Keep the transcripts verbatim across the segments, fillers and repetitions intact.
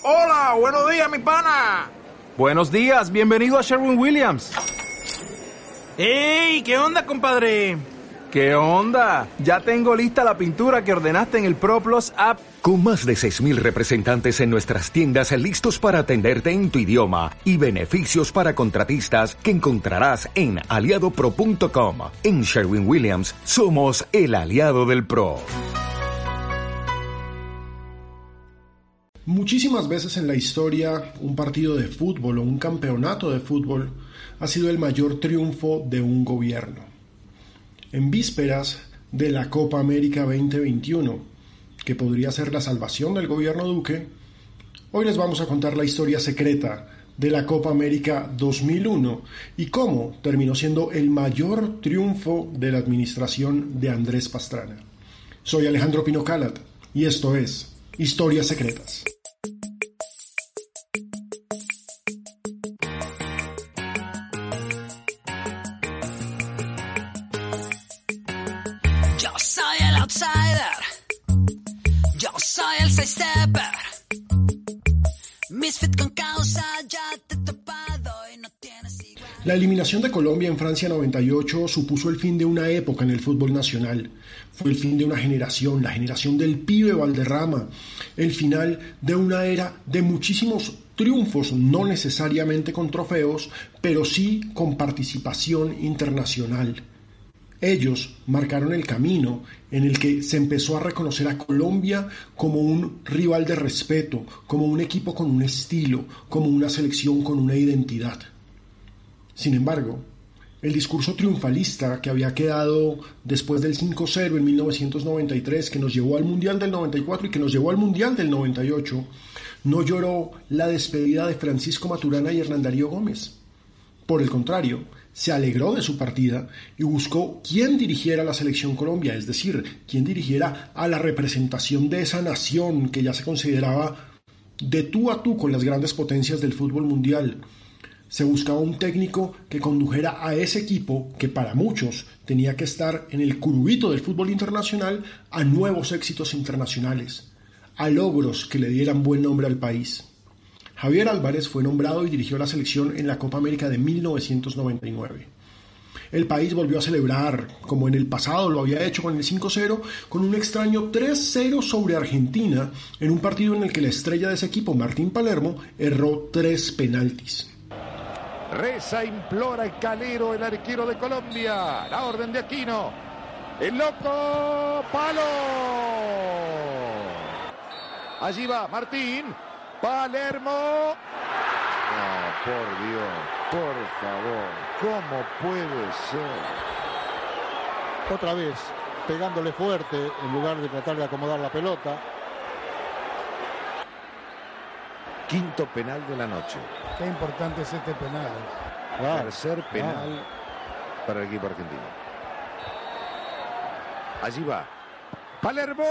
Hola, buenos días, mi pana. Buenos días, bienvenido a Sherwin-Williams. ¡Ey! ¿Qué onda, compadre? ¿Qué onda? Ya tengo lista la pintura que ordenaste en el ProPlus app. Con más de seis mil representantes en nuestras tiendas listos para atenderte en tu idioma y beneficios para contratistas que encontrarás en aliado pro punto com. En Sherwin-Williams somos el aliado del pro. Muchísimas veces en la historia, un partido de fútbol o un campeonato de fútbol ha sido el mayor triunfo de un gobierno. En vísperas de la Copa América veinte veintiuno, que podría ser la salvación del gobierno Duque, hoy les vamos a contar la historia secreta de la Copa América dos mil uno y cómo terminó siendo el mayor triunfo de la administración de Andrés Pastrana. Soy Alejandro Pino Calat y esto es Historias Secretas. Yo soy el outsider, yo soy el seis-stepper, misfit con causa, ya te he topado y no tienes igual. La eliminación de Colombia en Francia noventa y ocho supuso el fin de una época en el fútbol nacional. Fue el fin de una generación, la generación del pibe Valderrama, el final de una era de muchísimos triunfos, no necesariamente con trofeos, pero sí con participación internacional. Ellos marcaron el camino en el que se empezó a reconocer a Colombia como un rival de respeto, como un equipo con un estilo, como una selección con una identidad. Sin embargo, el discurso triunfalista que había quedado después del cinco cero en mil novecientos noventa y tres, que nos llevó al Mundial del noventa y cuatro y que nos llevó al Mundial del noventa y ocho, no lloró la despedida de Francisco Maturana y Hernán Darío Gómez. Por el contrario, se alegró de su partida y buscó quién dirigiera la selección Colombia, es decir, quién dirigiera a la representación de esa nación que ya se consideraba de tú a tú con las grandes potencias del fútbol mundial. Se buscaba un técnico que condujera a ese equipo que para muchos tenía que estar en el curubito del fútbol internacional a nuevos éxitos internacionales, a logros que le dieran buen nombre al país. Javier Álvarez fue nombrado y dirigió la selección en la Copa América de mil novecientos noventa y nueve. El país volvió a celebrar, como en el pasado lo había hecho con el cinco cero, con un extraño tres cero sobre Argentina, en un partido en el que la estrella de ese equipo, Martín Palermo, erró tres penaltis. Reza, implora el Calero, el arquero de Colombia. La orden de Aquino. El loco, palo. Allí va Martín. Palermo. No, por Dios, por favor. ¿Cómo puede ser? Otra vez, pegándole fuerte en lugar de tratar de acomodar la pelota. Quinto penal de la noche. Qué importante es este penal. Claro, Tercer penal claro. para el equipo argentino. Allí va. Palermo.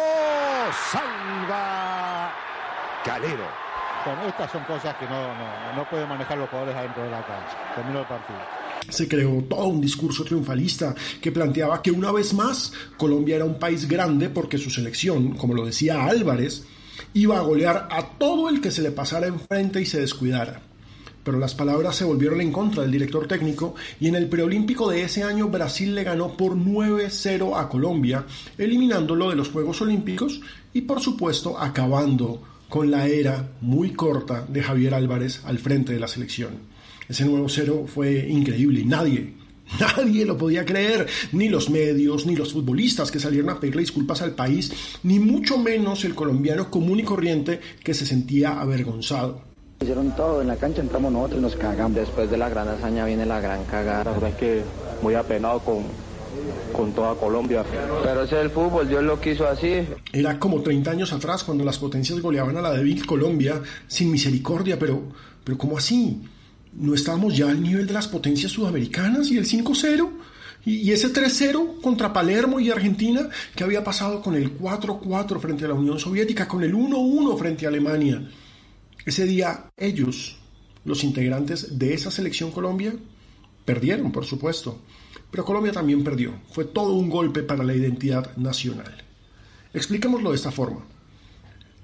Salva. Calero. Bueno, estas son cosas que no, no, no pueden manejar los jugadores adentro de la cancha. Terminó el partido. Se creó todo un discurso triunfalista que planteaba que una vez más Colombia era un país grande porque su selección, como lo decía Álvarez, iba a golear a todo el que se le pasara enfrente y se descuidara. Pero las palabras se volvieron en contra del director técnico y en el preolímpico de ese año Brasil le ganó por nueve cero a Colombia, eliminándolo de los Juegos Olímpicos y por supuesto acabando con la era muy corta de Javier Álvarez al frente de la selección. Ese nueve cero fue increíble y nadie, nadie lo podía creer, ni los medios, ni los futbolistas que salieron a pedirle disculpas al país, ni mucho menos el colombiano común y corriente que se sentía avergonzado. Hicieron todo, en la cancha entramos nosotros y nos cagamos. Después de la gran hazaña viene la gran cagada. La verdad es que muy apenado con, con toda Colombia. Pero ese es el fútbol, Dios lo quiso así. Era como treinta años atrás cuando las potencias goleaban a la débil Colombia sin misericordia, pero, pero ¿cómo así? ¿No estábamos ya al nivel de las potencias sudamericanas y el cinco cero? ¿Y, y ese tres cero contra Palermo y Argentina? ¿Qué había pasado con el cuatro cuatro frente a la Unión Soviética, con el uno uno frente a Alemania? Ese día ellos, los integrantes de esa selección Colombia, perdieron, por supuesto, pero Colombia también perdió. Fue todo un golpe para la identidad nacional. Expliquémoslo de esta forma.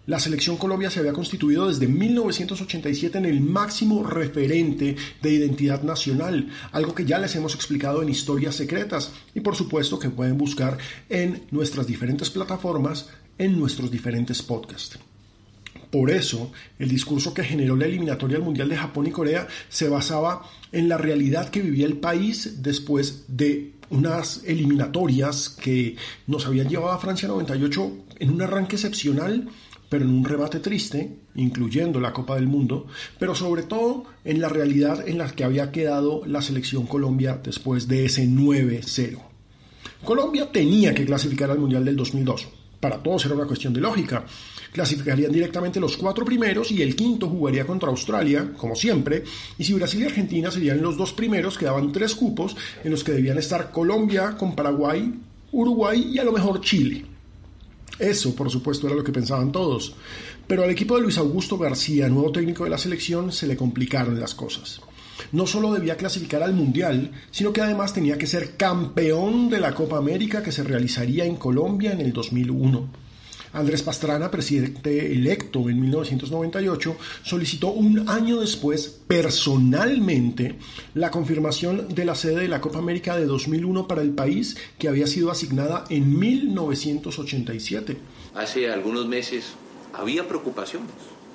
La selección Colombia se había constituido desde mil novecientos ochenta y siete en el máximo referente de identidad nacional, algo que ya les hemos explicado en Historias Secretas y por supuesto que pueden buscar en nuestras diferentes plataformas, en nuestros diferentes podcasts. Por eso, el discurso que generó la eliminatoria al Mundial de Japón y Corea se basaba en la realidad que vivía el país después de unas eliminatorias que nos habían llevado a Francia noventa y ocho en un arranque excepcional, pero en un remate triste, incluyendo la Copa del Mundo, pero sobre todo en la realidad en la que había quedado la selección Colombia después de ese nueve cero. Colombia tenía que clasificar al Mundial del dos mil dos. Para todos era una cuestión de lógica. Clasificarían directamente los cuatro primeros y el quinto jugaría contra Australia, como siempre, y si Brasil y Argentina serían los dos primeros, quedaban tres cupos en los que debían estar Colombia con Paraguay, Uruguay y a lo mejor Chile. Eso, por supuesto, era lo que pensaban todos. Pero al equipo de Luis Augusto García, nuevo técnico de la selección, se le complicaron las cosas. No solo debía clasificar al Mundial, sino que además tenía que ser campeón de la Copa América que se realizaría en Colombia en el dos mil uno. Andrés Pastrana, presidente electo en mil novecientos noventa y ocho, solicitó un año después personalmente la confirmación de la sede de la Copa América de dos mil uno para el país, que había sido asignada en mil novecientos ochenta y siete. Hace algunos meses había preocupaciones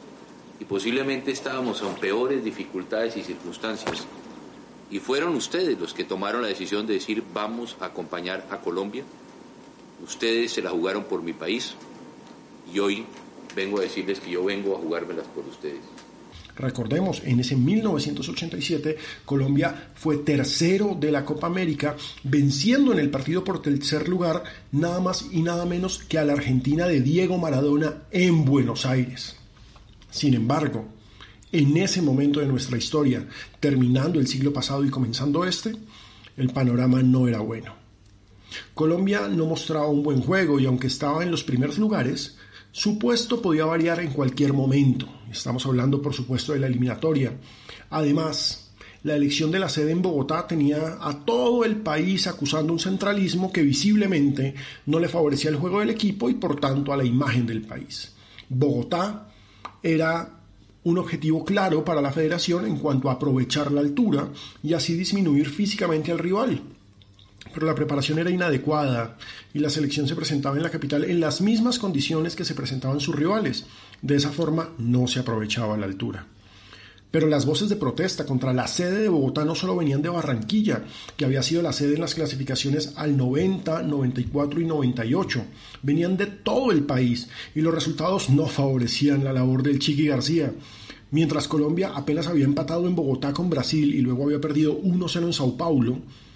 y posiblemente estábamos en peores dificultades y circunstancias. Y fueron ustedes los que tomaron la decisión de decir vamos a acompañar a Colombia. Ustedes se la jugaron por mi país. Y hoy vengo a decirles que yo vengo a jugármelas por ustedes. Recordemos, en ese mil novecientos ochenta y siete, Colombia fue tercero de la Copa América, venciendo en el partido por tercer lugar nada más y nada menos que a la Argentina de Diego Maradona en Buenos Aires. Sin embargo, en ese momento de nuestra historia, terminando el siglo pasado y comenzando este, el panorama no era bueno. Colombia no mostraba un buen juego y aunque estaba en los primeros lugares, su puesto podía variar en cualquier momento. Estamos hablando, por supuesto, de la eliminatoria. Además, la elección de la sede en Bogotá tenía a todo el país acusando un centralismo que visiblemente no le favorecía el juego del equipo y, por tanto, a la imagen del país. Bogotá era un objetivo claro para la federación en cuanto a aprovechar la altura y así disminuir físicamente al rival. Pero la preparación era inadecuada y la selección se presentaba en la capital en las mismas condiciones que se presentaban sus rivales. De esa forma no se aprovechaba la altura. Pero las voces de protesta contra la sede de Bogotá no solo venían de Barranquilla, que había sido la sede en las clasificaciones al noventa, noventa y cuatro y noventa y ocho. Venían de todo el país y los resultados no favorecían la labor del Chiqui García. Mientras Colombia apenas había empatado en Bogotá con Brasil y luego había perdido uno cero en Sao Paulo,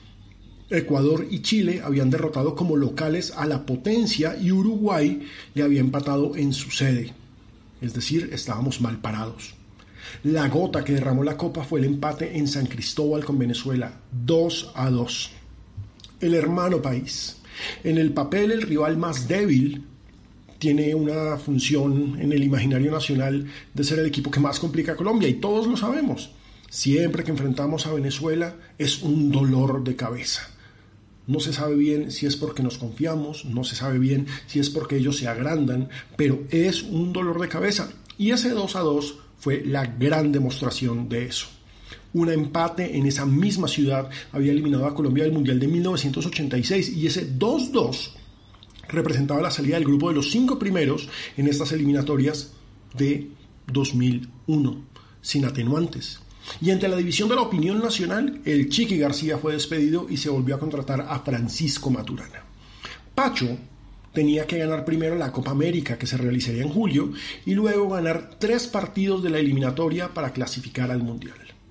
Ecuador y Chile habían derrotado como locales a la potencia y Uruguay le había empatado en su sede. Es decir, estábamos mal parados. La gota que derramó la copa fue el empate en San Cristóbal con Venezuela, dos a dos. El hermano país. En el papel, el rival más débil tiene una función en el imaginario nacional de ser el equipo que más complica a Colombia, y todos lo sabemos. Siempre que enfrentamos a Venezuela es un dolor de cabeza. No se sabe bien si es porque nos confiamos, no se sabe bien si es porque ellos se agrandan, pero es un dolor de cabeza. Y ese dos a dos fue la gran demostración de eso. Un empate en esa misma ciudad había eliminado a Colombia del Mundial de mil novecientos ochenta y seis y ese dos dos representaba la salida del grupo de los cinco primeros en estas eliminatorias de dos mil uno, sin atenuantes. Y ante la división de la opinión nacional, el Chiqui García fue despedido y se volvió a contratar a Francisco Maturana. Pacho tenía que ganar primero la Copa América, que se realizaría en julio, y luego ganar tres partidos de la eliminatoria para clasificar al Mundial.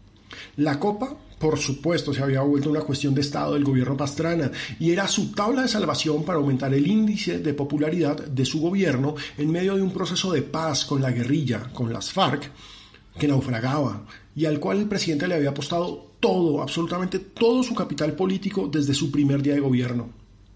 La Copa, por supuesto, se había vuelto una cuestión de Estado del gobierno Pastrana y era su tabla de salvación para aumentar el índice de popularidad de su gobierno en medio de un proceso de paz con la guerrilla, con las FARC, que naufragaba y al cual el presidente le había apostado todo, absolutamente todo su capital político desde su primer día de gobierno.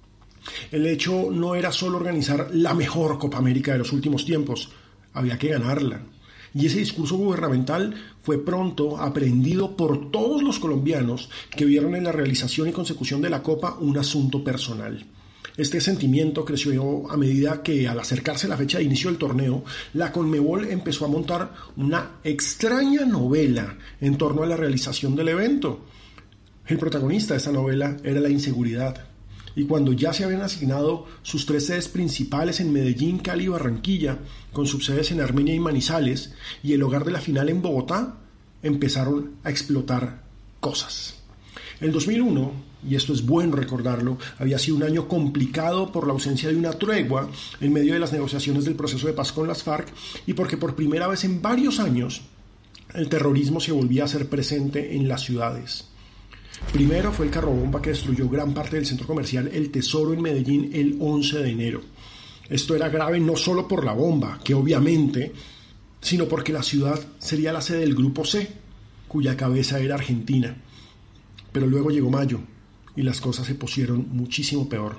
El hecho no era solo organizar la mejor Copa América de los últimos tiempos, había que ganarla. Y ese discurso gubernamental fue pronto aprendido por todos los colombianos que vieron en la realización y consecución de la Copa un asunto personal. Este sentimiento creció a medida que, al acercarse la fecha de inicio del torneo, la Conmebol empezó a montar una extraña novela en torno a la realización del evento. El protagonista de esta novela era la inseguridad. Y cuando ya se habían asignado sus tres sedes principales en Medellín, Cali y Barranquilla, con subsedes en Armenia y Manizales, y el hogar de la final en Bogotá, empezaron a explotar cosas. El dos mil uno, y esto es bueno recordarlo, había sido un año complicado por la ausencia de una tregua en medio de las negociaciones del proceso de paz con las FARC y porque por primera vez en varios años el terrorismo se volvía a hacer presente en las ciudades. Primero fue el carrobomba que destruyó gran parte del centro comercial El Tesoro en Medellín el once de enero. Esto era grave no solo por la bomba, que obviamente, sino porque la ciudad sería la sede del Grupo C, cuya cabeza era Argentina. Pero luego llegó mayo y las cosas se pusieron muchísimo peor.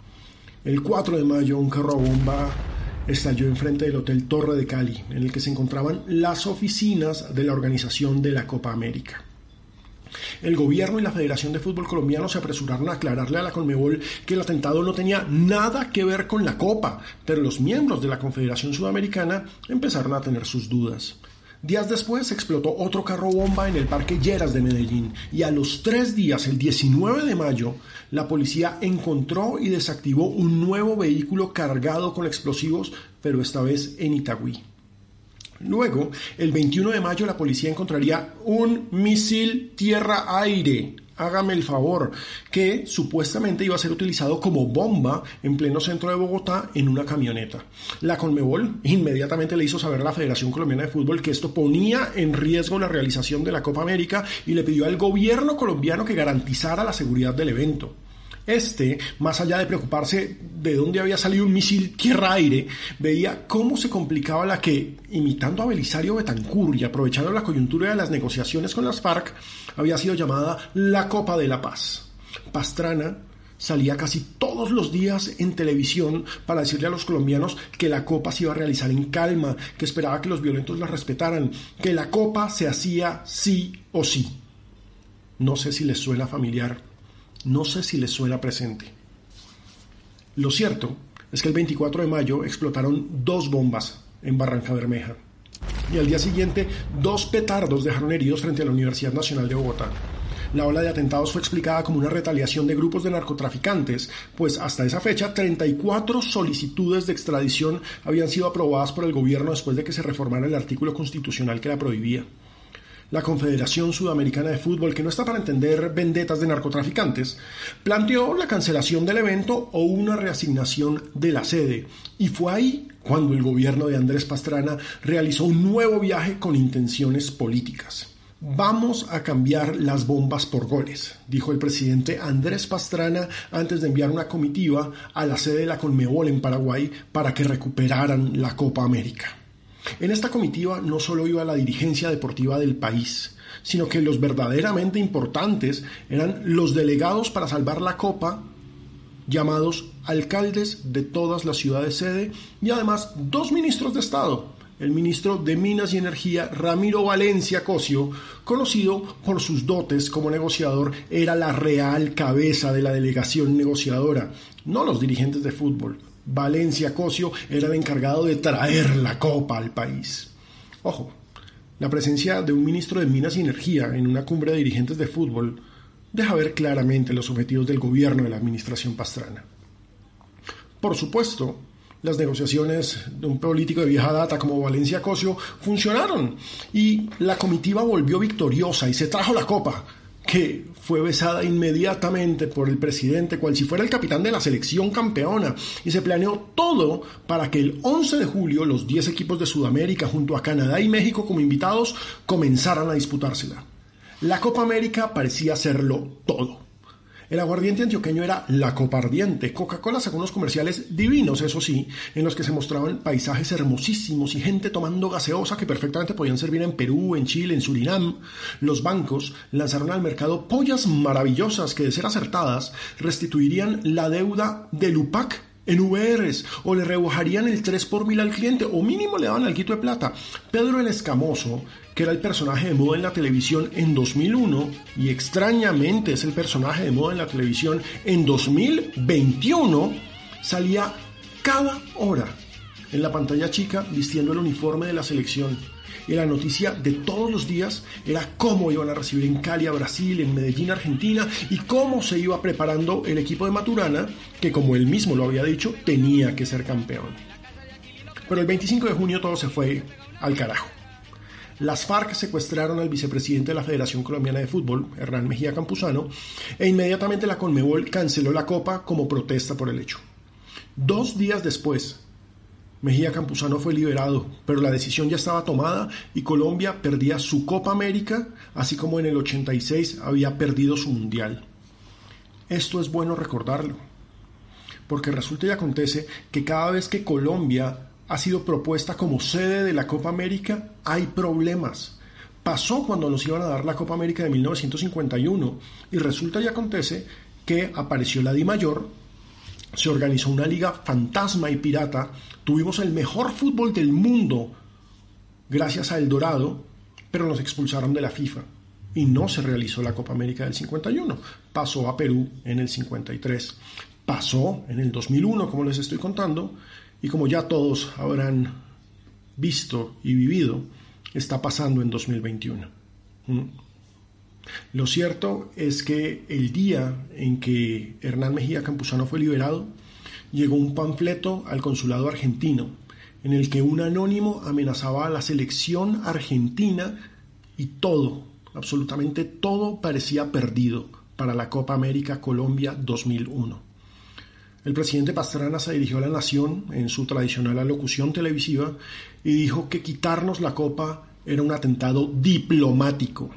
El cuatro de mayo un carro a bomba estalló enfrente del Hotel Torre de Cali, en el que se encontraban las oficinas de la organización de la Copa América. El gobierno y la Federación de Fútbol Colombiano se apresuraron a aclararle a la Conmebol que el atentado no tenía nada que ver con la Copa, pero los miembros de la Confederación Sudamericana empezaron a tener sus dudas. Días después explotó otro carro bomba en el Parque Lleras de Medellín y a los tres días, el diecinueve de mayo, la policía encontró y desactivó un nuevo vehículo cargado con explosivos, pero esta vez en Itagüí. Luego, el veintiuno de mayo, la policía encontraría un misil tierra-aire, hágame el favor, que supuestamente iba a ser utilizado como bomba en pleno centro de Bogotá en una camioneta. La Conmebol inmediatamente le hizo saber a la Federación Colombiana de Fútbol que esto ponía en riesgo la realización de la Copa América y le pidió al gobierno colombiano que garantizara la seguridad del evento. Este, más allá de preocuparse de dónde había salido un misil tierra-aire, veía cómo se complicaba la que, imitando a Belisario Betancur y aprovechando la coyuntura de las negociaciones con las FARC, había sido llamada la Copa de la Paz. Pastrana salía casi todos los días en televisión para decirle a los colombianos que la Copa se iba a realizar en calma, que esperaba que los violentos la respetaran, que la Copa se hacía sí o sí. No sé si les suena familiar. No sé si les suena presente. Lo cierto es que el veinticuatro de mayo explotaron dos bombas en Barranca Bermeja y al día siguiente dos petardos dejaron heridos frente a la Universidad Nacional de Bogotá. La ola de atentados fue explicada como una retaliación de grupos de narcotraficantes, pues hasta esa fecha treinta y cuatro solicitudes de extradición habían sido aprobadas por el gobierno después de que se reformara el artículo constitucional que la prohibía. La Confederación Sudamericana de Fútbol, que no está para entender vendetas de narcotraficantes, planteó la cancelación del evento o una reasignación de la sede. Y fue ahí cuando el gobierno de Andrés Pastrana realizó un nuevo viaje con intenciones políticas. Vamos a cambiar las bombas por goles, dijo el presidente Andrés Pastrana antes de enviar una comitiva a la sede de la Conmebol en Paraguay para que recuperaran la Copa América. En esta comitiva no solo iba la dirigencia deportiva del país, sino que los verdaderamente importantes eran los delegados para salvar la Copa, llamados alcaldes de todas las ciudades sede, y además dos ministros de Estado, el ministro de Minas y Energía, Ramiro Valencia Cosio, conocido por sus dotes como negociador, era la real cabeza de la delegación negociadora, no los dirigentes de fútbol. Valencia Cosio era el encargado de traer la Copa al país. Ojo, la presencia de un ministro de Minas y Energía en una cumbre de dirigentes de fútbol deja ver claramente los objetivos del gobierno de la administración Pastrana. Por supuesto, las negociaciones de un político de vieja data como Valencia Cosio funcionaron y la comitiva volvió victoriosa y se trajo la Copa, que fue besada inmediatamente por el presidente cual si fuera el capitán de la selección campeona, y se planeó todo para que el once de julio los diez equipos de Sudamérica junto a Canadá y México como invitados comenzaran a disputársela. La Copa América parecía serlo todo. El aguardiente antioqueño era la Copa Ardiente. Coca-Cola sacó unos comerciales divinos, eso sí, en los que se mostraban paisajes hermosísimos y gente tomando gaseosa que perfectamente podían servir en Perú, en Chile, en Surinam. Los bancos lanzaron al mercado pollas maravillosas que, de ser acertadas, restituirían la deuda del U P A C en V Rs, o le rebajarían el tres por mil al cliente, o mínimo le daban alguito de plata. Pedro el Escamoso, que era el personaje de moda en la televisión en dos mil uno, y extrañamente es el personaje de moda en la televisión en dos mil veintiuno, salía cada hora en la pantalla chica vistiendo el uniforme de la selección. Y la noticia de todos los días era cómo iban a recibir en Cali a Brasil, en Medellín, Argentina, y cómo se iba preparando el equipo de Maturana, que como él mismo lo había dicho, tenía que ser campeón. Pero el veinticinco de junio todo se fue al carajo. Las FARC secuestraron al vicepresidente de la Federación Colombiana de Fútbol, Hernán Mejía Campuzano, e inmediatamente la Conmebol canceló la Copa como protesta por el hecho. Dos días después, Mejía Campuzano fue liberado, pero la decisión ya estaba tomada y Colombia perdía su Copa América, así como en el ochenta y seis había perdido su Mundial. Esto es bueno recordarlo, porque resulta y acontece que cada vez que Colombia ha sido propuesta como sede de la Copa América, hay problemas. Pasó cuando nos iban a dar la Copa América de mil novecientos cincuenta y uno y resulta y acontece que apareció la DIMAYOR, se organizó una liga fantasma y pirata, tuvimos el mejor fútbol del mundo gracias a El Dorado, pero nos expulsaron de la FIFA y no se realizó la Copa América del cincuenta y uno. Pasó a Perú en el cincuenta y tres, pasó en el dos mil uno, como les estoy contando, y como ya todos habrán visto y vivido, está pasando en dos mil veintiuno. ¿Mm? Lo cierto es que el día en que Hernán Mejía Campuzano fue liberado, llegó un panfleto al consulado argentino en el que un anónimo amenazaba a la selección argentina y todo, absolutamente todo parecía perdido para la Copa América Colombia dos mil uno. El presidente Pastrana se dirigió a la nación en su tradicional alocución televisiva y dijo que quitarnos la Copa era un atentado diplomático.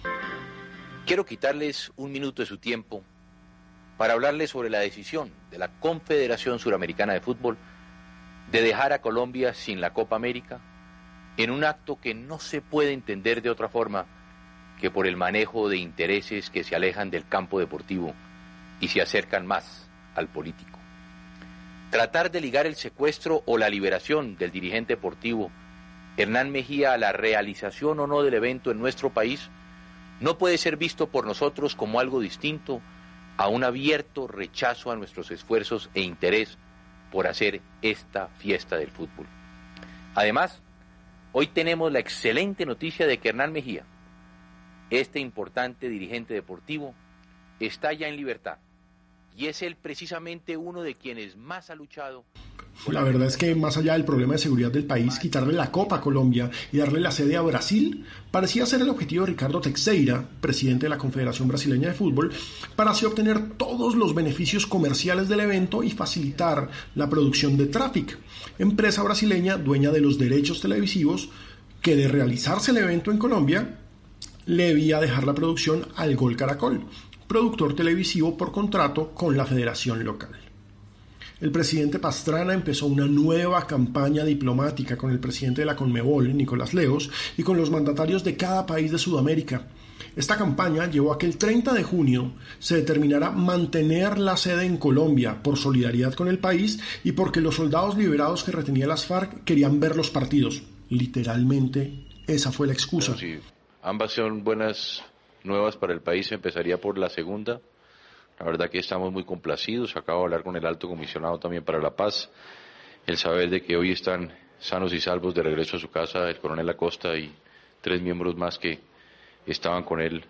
Quiero quitarles un minuto de su tiempo para hablarles sobre la decisión de la Confederación Suramericana de Fútbol de dejar a Colombia sin la Copa América en un acto que no se puede entender de otra forma que por el manejo de intereses que se alejan del campo deportivo y se acercan más al político. Tratar de ligar el secuestro o la liberación del dirigente deportivo Hernán Mejía a la realización o no del evento en nuestro país no puede ser visto por nosotros como algo distinto a un abierto rechazo a nuestros esfuerzos e interés por hacer esta fiesta del fútbol. Además, hoy tenemos la excelente noticia de que Hernán Mejía, este importante dirigente deportivo, está ya en libertad y es él precisamente uno de quienes más ha luchado. La verdad es que más allá del problema de seguridad del país, quitarle la Copa a Colombia y darle la sede a Brasil parecía ser el objetivo de Ricardo Teixeira, presidente de la Confederación Brasileña de Fútbol, para así obtener todos los beneficios comerciales del evento y facilitar la producción de Traffic, empresa brasileña dueña de los derechos televisivos que de realizarse el evento en Colombia le debía dejar la producción al Gol Caracol, productor televisivo por contrato con la federación local. El presidente Pastrana empezó una nueva campaña diplomática con el presidente de la Conmebol, Nicolás Leos, y con los mandatarios de cada país de Sudamérica. Esta campaña llevó a que el treinta de junio se determinara mantener la sede en Colombia por solidaridad con el país y porque los soldados liberados que retenía las FARC querían ver los partidos. Literalmente, esa fue la excusa. Pero sí, ambas son buenas nuevas para el país. Empezaría por la segunda. La verdad que estamos muy complacidos. Acabo de hablar con el alto comisionado también para la paz. El saber de que hoy están sanos y salvos de regreso a su casa el coronel Acosta y tres miembros más que estaban con él.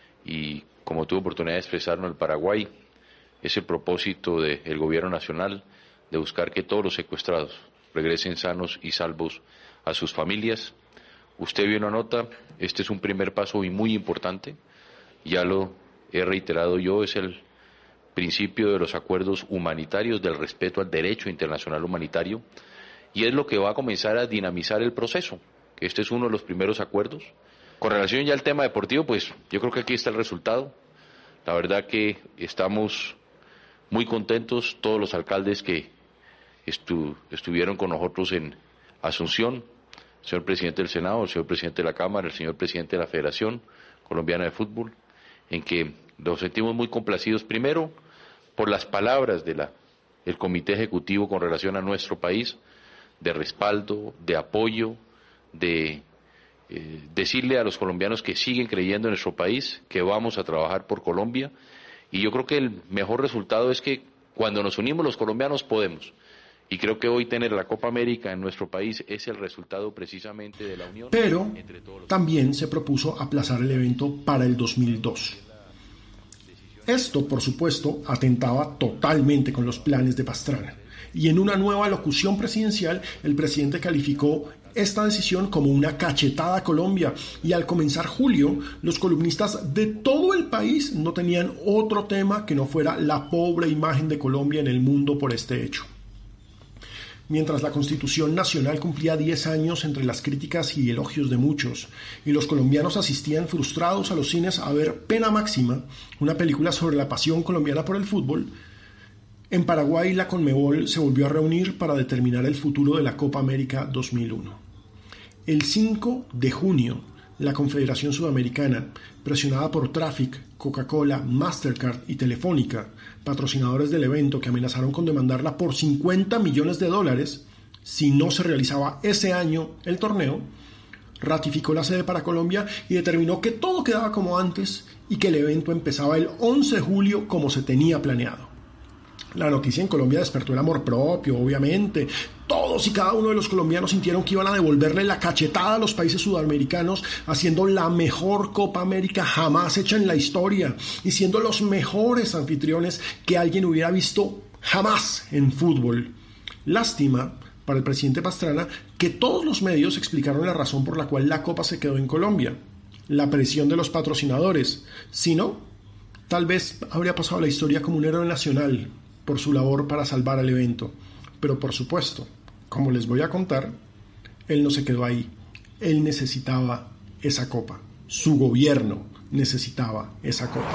Y como tuve oportunidad de expresarlo en el Paraguay, es el propósito del gobierno nacional de buscar que todos los secuestrados regresen sanos y salvos a sus familias. Usted vio una nota, este es un primer paso y muy importante. Ya lo he reiterado yo, es el principio de los acuerdos humanitarios, del respeto al derecho internacional humanitario, y es lo que va a comenzar a dinamizar el proceso, que este es uno de los primeros acuerdos. Con relación ya al tema deportivo, pues yo creo que aquí está el resultado. La verdad que estamos muy contentos, todos los alcaldes que estu- estuvieron con nosotros en Asunción, el señor presidente del Senado, el señor presidente de la Cámara, el señor presidente de la Federación Colombiana de Fútbol, en que nos sentimos muy complacidos, primero, por las palabras de la, del Comité Ejecutivo con relación a nuestro país, de respaldo, de apoyo, de eh, decirle a los colombianos que siguen creyendo en nuestro país, que vamos a trabajar por Colombia, y yo creo que el mejor resultado es que Cuando nos unimos los colombianos podemos. Y creo que hoy tener la Copa América en nuestro país es el resultado precisamente de la unión. Pero entre todos los... también se propuso aplazar el evento para el dos mil dos. Esto, por supuesto, atentaba totalmente con los planes de Pastrana. Y en una nueva locución presidencial, el presidente calificó esta decisión como una cachetada a Colombia, y al comenzar julio, los columnistas de todo el país no tenían otro tema que no fuera la pobre imagen de Colombia en el mundo por este hecho. Mientras la Constitución Nacional cumplía diez años entre las críticas y elogios de muchos, y los colombianos asistían frustrados a los cines a ver Pena Máxima, una película sobre la pasión colombiana por el fútbol, en Paraguay la Conmebol se volvió a reunir para determinar el futuro de la Copa América dos mil uno. El cinco de junio, la Confederación Sudamericana, presionada por Traffic, Coca-Cola, Mastercard y Telefónica, patrocinadores del evento que amenazaron con demandarla por cincuenta millones de dólares si no se realizaba ese año el torneo, ratificó la sede para Colombia y determinó que todo quedaba como antes y que el evento empezaba el once de julio como se tenía planeado. La noticia en Colombia despertó el amor propio, obviamente. Todos y cada uno de los colombianos sintieron que iban a devolverle la cachetada a los países sudamericanos, haciendo la mejor Copa América jamás hecha en la historia y siendo los mejores anfitriones que alguien hubiera visto jamás en fútbol. Lástima para el presidente Pastrana que todos los medios explicaron la razón por la cual la Copa se quedó en Colombia: la presión de los patrocinadores. Si no, tal vez habría pasado a la historia como un héroe nacional por su labor para salvar el evento. Pero por supuesto, como les voy a contar, él no se quedó ahí. Él necesitaba esa copa. Su gobierno necesitaba esa copa.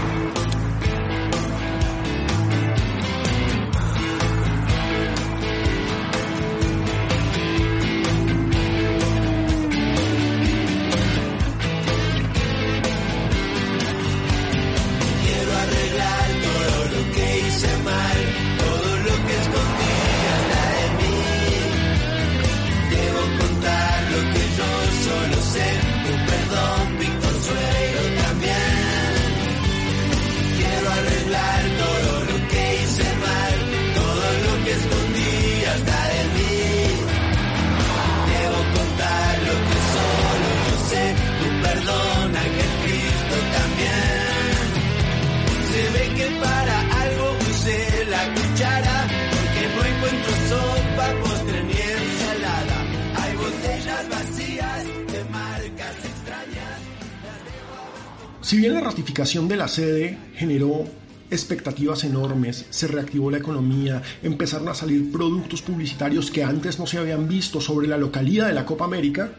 Si bien la ratificación de la sede generó expectativas enormes, se reactivó la economía, empezaron a salir productos publicitarios que antes no se habían visto sobre la localidad de la Copa América,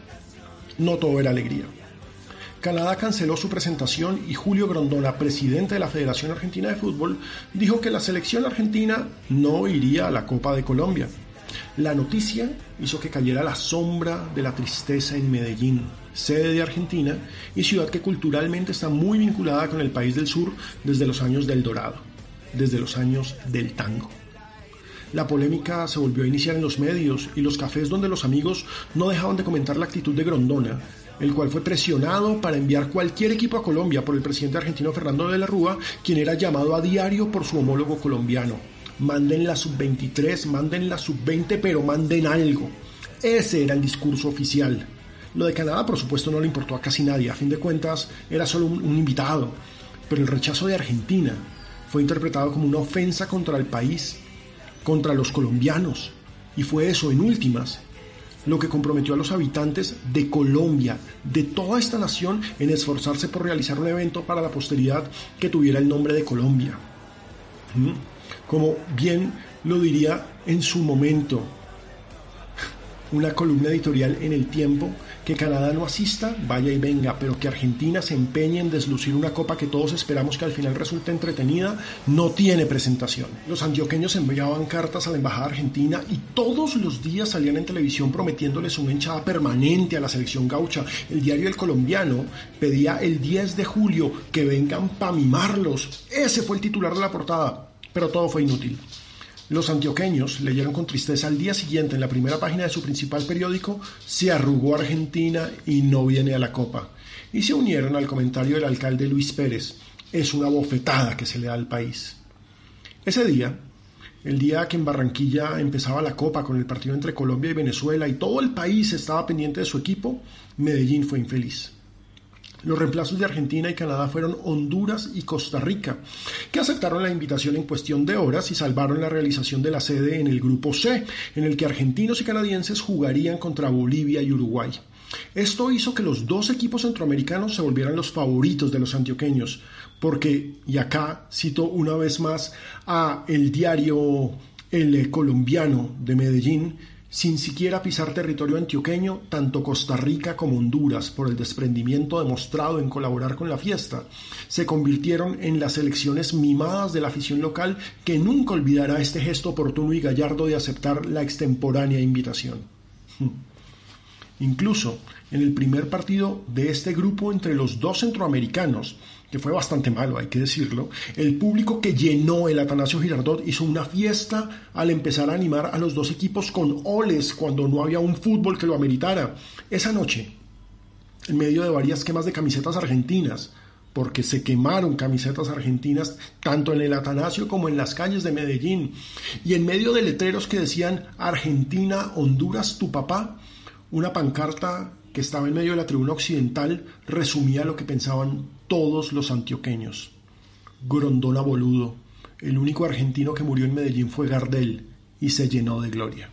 no todo era alegría. Canadá canceló su presentación y Julio Grondona, presidente de la Federación Argentina de Fútbol, dijo que la selección argentina no iría a la Copa de Colombia. La noticia hizo que cayera la sombra de la tristeza en Medellín, sede de Argentina y ciudad que culturalmente está muy vinculada con el país del sur desde los años del Dorado, desde los años del tango. La polémica se volvió a iniciar en los medios y los cafés donde los amigos no dejaban de comentar la actitud de Grondona, el cual fue presionado para enviar cualquier equipo a Colombia por el presidente argentino Fernando de la Rúa, quien era llamado a diario por su homólogo colombiano. Manden la sub veintitrés, manden la sub veinte, pero manden algo. Ese era el discurso oficial. Lo de Canadá, por supuesto, no le importó a casi nadie. A fin de cuentas, era solo un, un invitado. Pero el rechazo de Argentina fue interpretado como una ofensa contra el país, contra los colombianos. Y fue eso, en últimas, lo que comprometió a los habitantes de Colombia, de toda esta nación, en esforzarse por realizar un evento para la posteridad que tuviera el nombre de Colombia. ¿Mm? Como bien lo diría en su momento una columna editorial en El Tiempo, que Canadá no asista, vaya y venga, pero que Argentina se empeñe en deslucir una copa que todos esperamos que al final resulte entretenida, no tiene presentación. Los antioqueños enviaban cartas a la embajada argentina y todos los días salían en televisión prometiéndoles una hinchada permanente a la selección gaucha. El diario El Colombiano pedía el diez de julio que vengan pa' mimarlos. Ese fue el titular de la portada, pero todo fue inútil. Los antioqueños leyeron con tristeza al día siguiente en la primera página de su principal periódico: se arrugó Argentina y no viene a la Copa. Y se unieron al comentario del alcalde Luis Pérez: es una bofetada que se le da al país. Ese día, El día que en Barranquilla empezaba la Copa con el partido entre Colombia y Venezuela y todo el país estaba pendiente de su equipo, Medellín fue infeliz. Los reemplazos de Argentina y Canadá fueron Honduras y Costa Rica, que aceptaron la invitación en cuestión de horas y salvaron la realización de la sede en el Grupo C, en el que argentinos y canadienses jugarían contra Bolivia y Uruguay. Esto hizo que los dos equipos centroamericanos se volvieran los favoritos de los antioqueños, porque, y acá cito una vez más a el diario El Colombiano de Medellín, sin siquiera pisar territorio antioqueño, tanto Costa Rica como Honduras, por el desprendimiento demostrado en colaborar con la fiesta, se convirtieron en las selecciones mimadas de la afición local que nunca olvidará este gesto oportuno y gallardo de aceptar la extemporánea invitación. Incluso en el primer partido de este grupo entre los dos centroamericanos, que fue bastante malo, hay que decirlo, el público que llenó el Atanasio Girardot hizo una fiesta al empezar a animar a los dos equipos con oles cuando no había un fútbol que lo ameritara. Esa noche, en medio de varias quemas de camisetas argentinas, porque se quemaron camisetas argentinas tanto en el Atanasio como en las calles de Medellín, y en medio de letreros que decían Argentina, Honduras, tu papá, una pancarta que estaba en medio de la tribuna occidental resumía lo que pensaban todos los antioqueños. Grondona boludo, el único argentino que murió en Medellín fue Gardel y se llenó de gloria.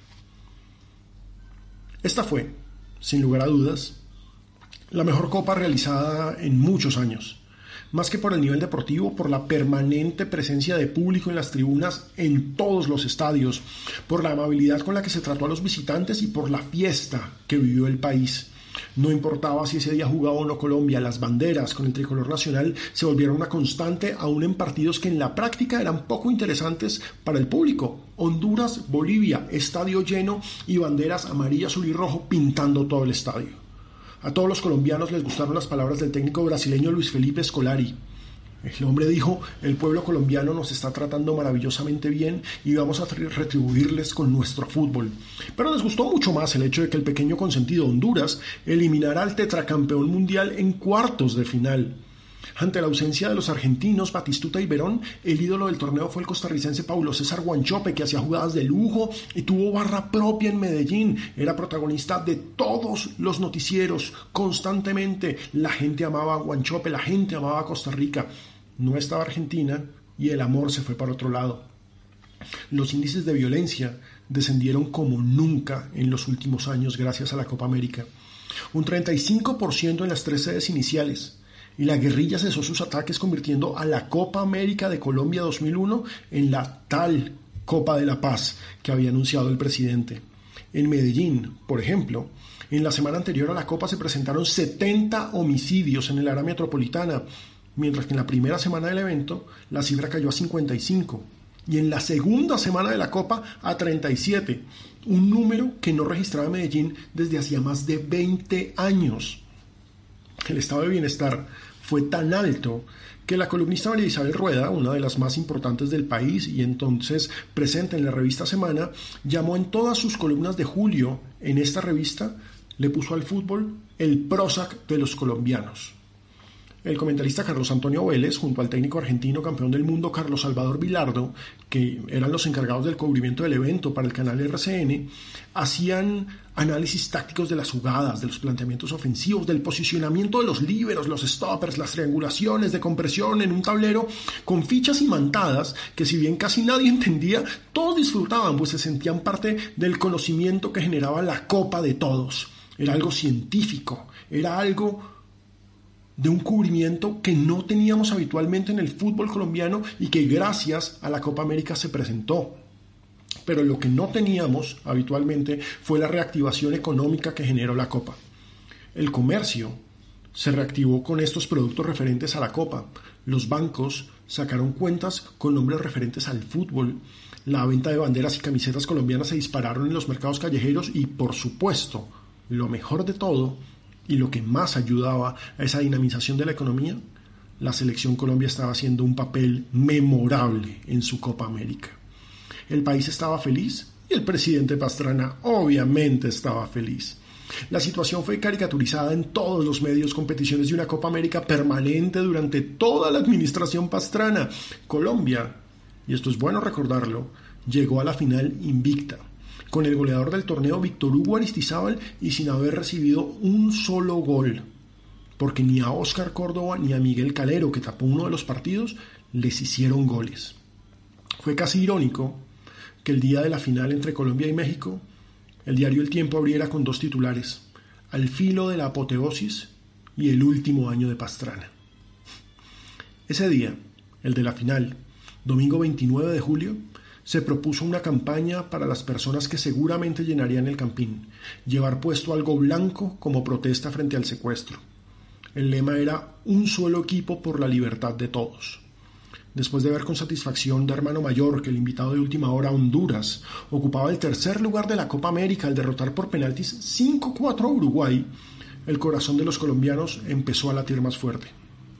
Esta fue, sin lugar a dudas, la mejor copa realizada en muchos años. Más que por el nivel deportivo, por la permanente presencia de público en las tribunas en todos los estadios, por la amabilidad con la que se trató a los visitantes y por la fiesta que vivió el país. No importaba si ese día jugaba o no Colombia, las banderas con el tricolor nacional se volvieron una constante aún en partidos que en la práctica eran poco interesantes para el público. Honduras, Bolivia, estadio lleno y banderas amarillo, azul y rojo pintando todo el estadio. A todos los colombianos les gustaron las palabras del técnico brasileño Luis Felipe Scolari. El hombre dijo: el pueblo colombiano nos está tratando maravillosamente bien y vamos a retribuirles con nuestro fútbol. Pero les gustó mucho más el hecho de que el pequeño consentido Honduras eliminara al tetracampeón mundial en cuartos de final. Ante la ausencia de los argentinos Batistuta y Verón, el ídolo del torneo fue el costarricense Paulo César Wanchope, que hacía jugadas de lujo y tuvo barra propia en Medellín. Era protagonista de todos los noticieros constantemente. La gente amaba a Wanchope, la gente amaba a Costa Rica. No estaba Argentina y el amor se fue para otro lado. Los índices de violencia descendieron como nunca en los últimos años gracias a la Copa América. Un treinta y cinco por ciento en las tres sedes iniciales. Y la guerrilla cesó sus ataques, convirtiendo a la Copa América de Colombia dos mil uno en la tal Copa de la Paz que había anunciado el presidente. En Medellín, por ejemplo, en la semana anterior a la Copa se presentaron setenta homicidios en el área metropolitana, mientras que en la primera semana del evento la cifra cayó a cincuenta y cinco y en la segunda semana de la Copa a treinta y siete, un número que no registraba Medellín desde hacía más de veinte años. El estado de bienestar fue tan alto que la columnista María Isabel Rueda, una de las más importantes del país y entonces presente en la revista Semana, llamó en todas sus columnas de julio en esta revista, le puso al fútbol el Prozac de los colombianos. El comentarista Carlos Antonio Vélez, junto al técnico argentino campeón del mundo Carlos Salvador Vilardo, que eran los encargados del cubrimiento del evento para el canal R C N, hacían análisis tácticos de las jugadas, de los planteamientos ofensivos, del posicionamiento de los líberos, los stoppers, las triangulaciones de compresión en un tablero, con fichas imantadas que, si bien casi nadie entendía, todos disfrutaban, pues se sentían parte del conocimiento que generaba la Copa de todos. Era algo científico, era algo de un cubrimiento que no teníamos habitualmente en el fútbol colombiano y que gracias a la Copa América se presentó. Pero lo que no teníamos habitualmente fue la reactivación económica que generó la Copa. El comercio se reactivó con estos productos referentes a la Copa. Los bancos sacaron cuentas con nombres referentes al fútbol. La venta de banderas y camisetas colombianas se dispararon en los mercados callejeros y, por supuesto, lo mejor de todo, y lo que más ayudaba a esa dinamización de la economía, la selección Colombia estaba haciendo un papel memorable en su Copa América. El país estaba feliz y el presidente Pastrana obviamente estaba feliz. La situación fue caricaturizada en todos los medios con peticiones de una Copa América permanente durante toda la administración Pastrana. Colombia, y esto es bueno recordarlo, llegó a la final invicta, con el goleador del torneo Víctor Hugo Aristizábal y sin haber recibido un solo gol, porque ni a Óscar Córdoba ni a Miguel Calero, que tapó uno de los partidos, les hicieron goles. Fue casi irónico que el día de la final entre Colombia y México, el diario El Tiempo abriera con dos titulares: al filo de la apoteosis y el último año de Pastrana. Ese día, el de la final, domingo veintinueve de julio, se propuso una campaña para las personas que seguramente llenarían el Campín: llevar puesto algo blanco como protesta frente al secuestro. El lema era un solo equipo por la libertad de todos. Después de ver con satisfacción de hermano mayor que el invitado de última hora, Honduras, ocupaba el tercer lugar de la Copa América al derrotar por penaltis cinco cuatro a Uruguay, el corazón de los colombianos empezó a latir más fuerte.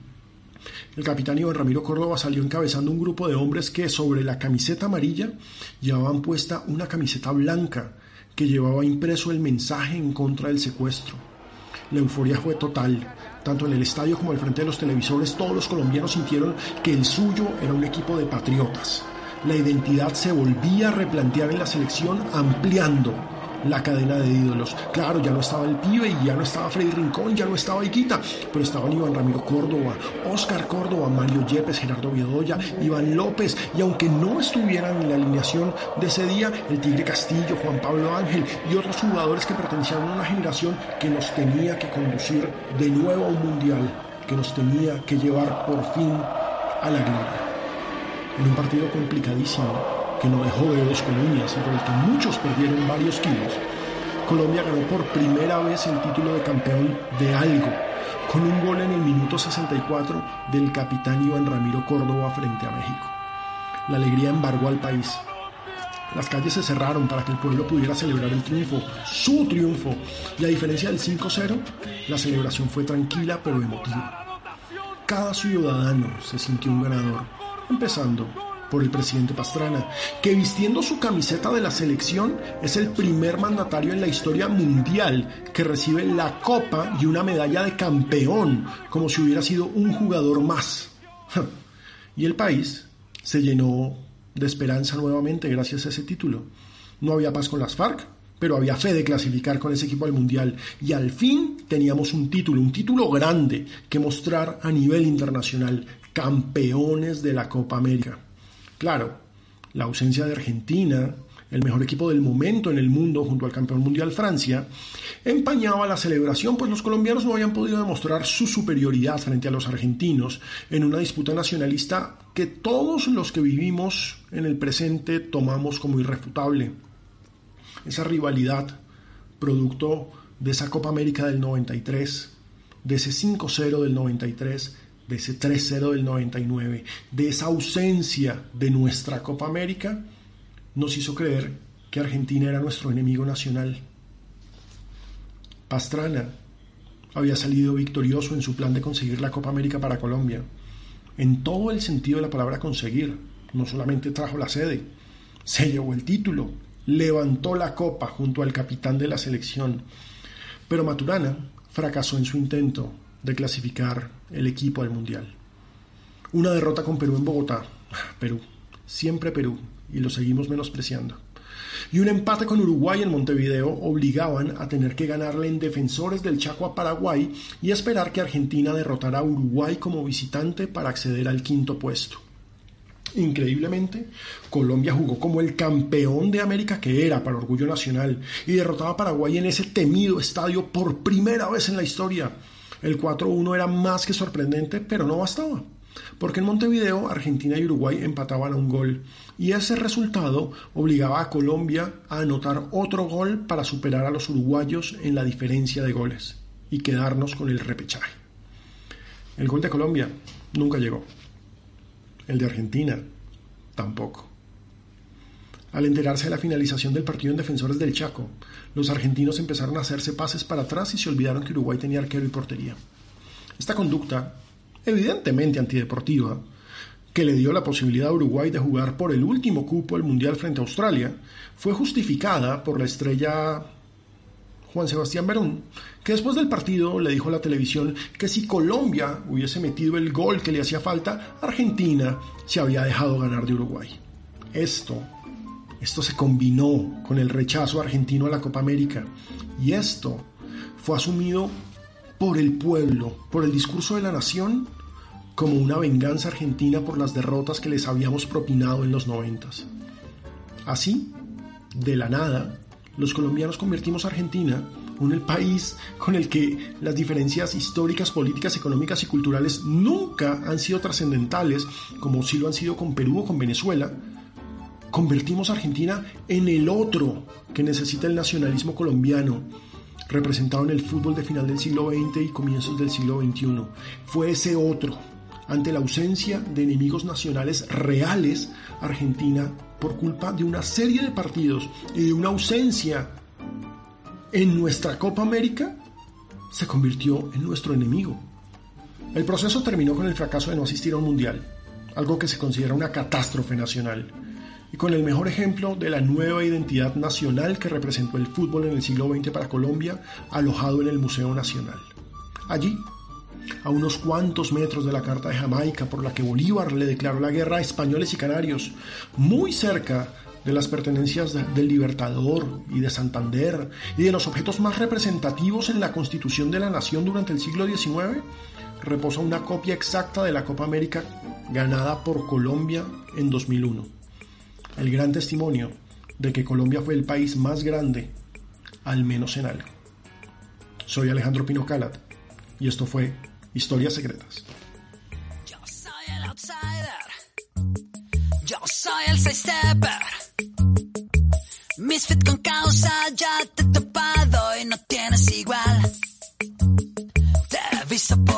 El capitán Iván Ramiro Córdoba salió encabezando un grupo de hombres que sobre la camiseta amarilla llevaban puesta una camiseta blanca que llevaba impreso el mensaje en contra del secuestro. La euforia fue total. Tanto en el estadio como al frente de los televisores, todos los colombianos sintieron que el suyo era un equipo de patriotas. La identidad se volvía a replantear en la selección, ampliando la cadena de ídolos. Claro, ya no estaba el pibe y ya no estaba Freddy Rincón, ya no estaba Higuita, pero estaban Iván Ramiro Córdoba, Óscar Córdoba, Mario Yepes, Gerardo Bedoya, Iván López, y aunque no estuvieran en la alineación de ese día, el Tigre Castillo, Juan Pablo Ángel y otros jugadores que pertenecían a una generación que nos tenía que conducir de nuevo a un mundial, que nos tenía que llevar por fin a la gloria. En un partido complicadísimo, que no dejó dedos con uñas y por el que muchos perdieron varios kilos, Colombia ganó por primera vez el título de campeón de algo, con un gol en el minuto sesenta y cuatro del capitán Iván Ramiro Córdoba frente a México. La alegría embargó al país. Las calles se cerraron para que el pueblo pudiera celebrar el triunfo, su triunfo, y a diferencia del cinco cero, la celebración fue tranquila pero emotiva. Cada ciudadano se sintió un ganador, empezando por el presidente Pastrana, que vistiendo su camiseta de la selección es el primer mandatario en la historia mundial que recibe la copa y una medalla de campeón, como si hubiera sido un jugador más. Y el país se llenó de esperanza nuevamente gracias a ese título. No había paz con las FARC, pero había fe de clasificar con ese equipo al mundial, y al fin teníamos un título, un título grande que mostrar a nivel internacional, campeones de la Copa América. Claro, la ausencia de Argentina, el mejor equipo del momento en el mundo junto al campeón mundial Francia, empañaba la celebración, pues los colombianos no habían podido demostrar su superioridad frente a los argentinos en una disputa nacionalista que todos los que vivimos en el presente tomamos como irrefutable. Esa rivalidad, producto de esa Copa América del noventa y tres, de ese cinco cero del noventa y tres, de ese tres cero del noventa y nueve, de esa ausencia de nuestra Copa América, nos hizo creer que Argentina era nuestro enemigo nacional. Pastrana había salido victorioso en su plan de conseguir la Copa América para Colombia, en todo el sentido de la palabra conseguir. No solamente trajo la sede, se llevó el título, levantó la copa junto al capitán de la selección, pero Maturana fracasó en su intento de clasificar el equipo al mundial. Una derrota con Perú en Bogotá, Perú, siempre Perú, y lo seguimos menospreciando, y un empate con Uruguay en Montevideo obligaban a tener que ganarle en Defensores del Chaco a Paraguay y esperar que Argentina derrotara a Uruguay como visitante para acceder al quinto puesto. Increíblemente, Colombia jugó como el campeón de América que era, para orgullo nacional, y derrotaba a Paraguay en ese temido estadio por primera vez en la historia. El cuatro uno era más que sorprendente, pero no bastaba, porque en Montevideo Argentina y Uruguay empataban a un gol, y ese resultado obligaba a Colombia a anotar otro gol para superar a los uruguayos en la diferencia de goles y quedarnos con el repechaje. El gol de Colombia nunca llegó. El de Argentina tampoco. Al enterarse de la finalización del partido en Defensores del Chaco, los argentinos empezaron a hacerse pases para atrás y se olvidaron que Uruguay tenía arquero y portería. Esta conducta, evidentemente antideportiva, que le dio la posibilidad a Uruguay de jugar por el último cupo al Mundial frente a Australia, fue justificada por la estrella Juan Sebastián Verón, que después del partido le dijo a la televisión que si Colombia hubiese metido el gol que le hacía falta, Argentina se había dejado ganar de Uruguay. Esto Esto se combinó con el rechazo argentino a la Copa América y esto fue asumido por el pueblo, por el discurso de la nación, como una venganza argentina por las derrotas que les habíamos propinado en los noventas. Así, de la nada, los colombianos convertimos a Argentina en el país con el que las diferencias históricas, políticas, económicas y culturales nunca han sido trascendentales, como sí lo han sido con Perú o con Venezuela. Convertimos a Argentina en el otro que necesita el nacionalismo colombiano, representado en el fútbol de final del siglo veinte y comienzos del siglo veintiuno. Fue ese otro, ante la ausencia de enemigos nacionales reales, Argentina, por culpa de una serie de partidos y de una ausencia en nuestra Copa América, se convirtió en nuestro enemigo. El proceso terminó con el fracaso de no asistir a un mundial, algo que se considera una catástrofe nacional, y con el mejor ejemplo de la nueva identidad nacional que representó el fútbol en el siglo veinte para Colombia, alojado en el Museo Nacional. Allí, a unos cuantos metros de la Carta de Jamaica por la que Bolívar le declaró la guerra a españoles y canarios, muy cerca de las pertenencias de, del Libertador y de Santander y de los objetos más representativos en la Constitución de la Nación durante el siglo diecinueve, reposa una copia exacta de la Copa América ganada por Colombia en dos mil uno. El gran testimonio de que Colombia fue el país más grande, al menos en algo. Soy Alejandro Pino Calat y esto fue Historias Secretas. Yo soy el outsider, yo soy el side-stepper, misfit con causa, ya te he topado y no tienes igual. Te he visto por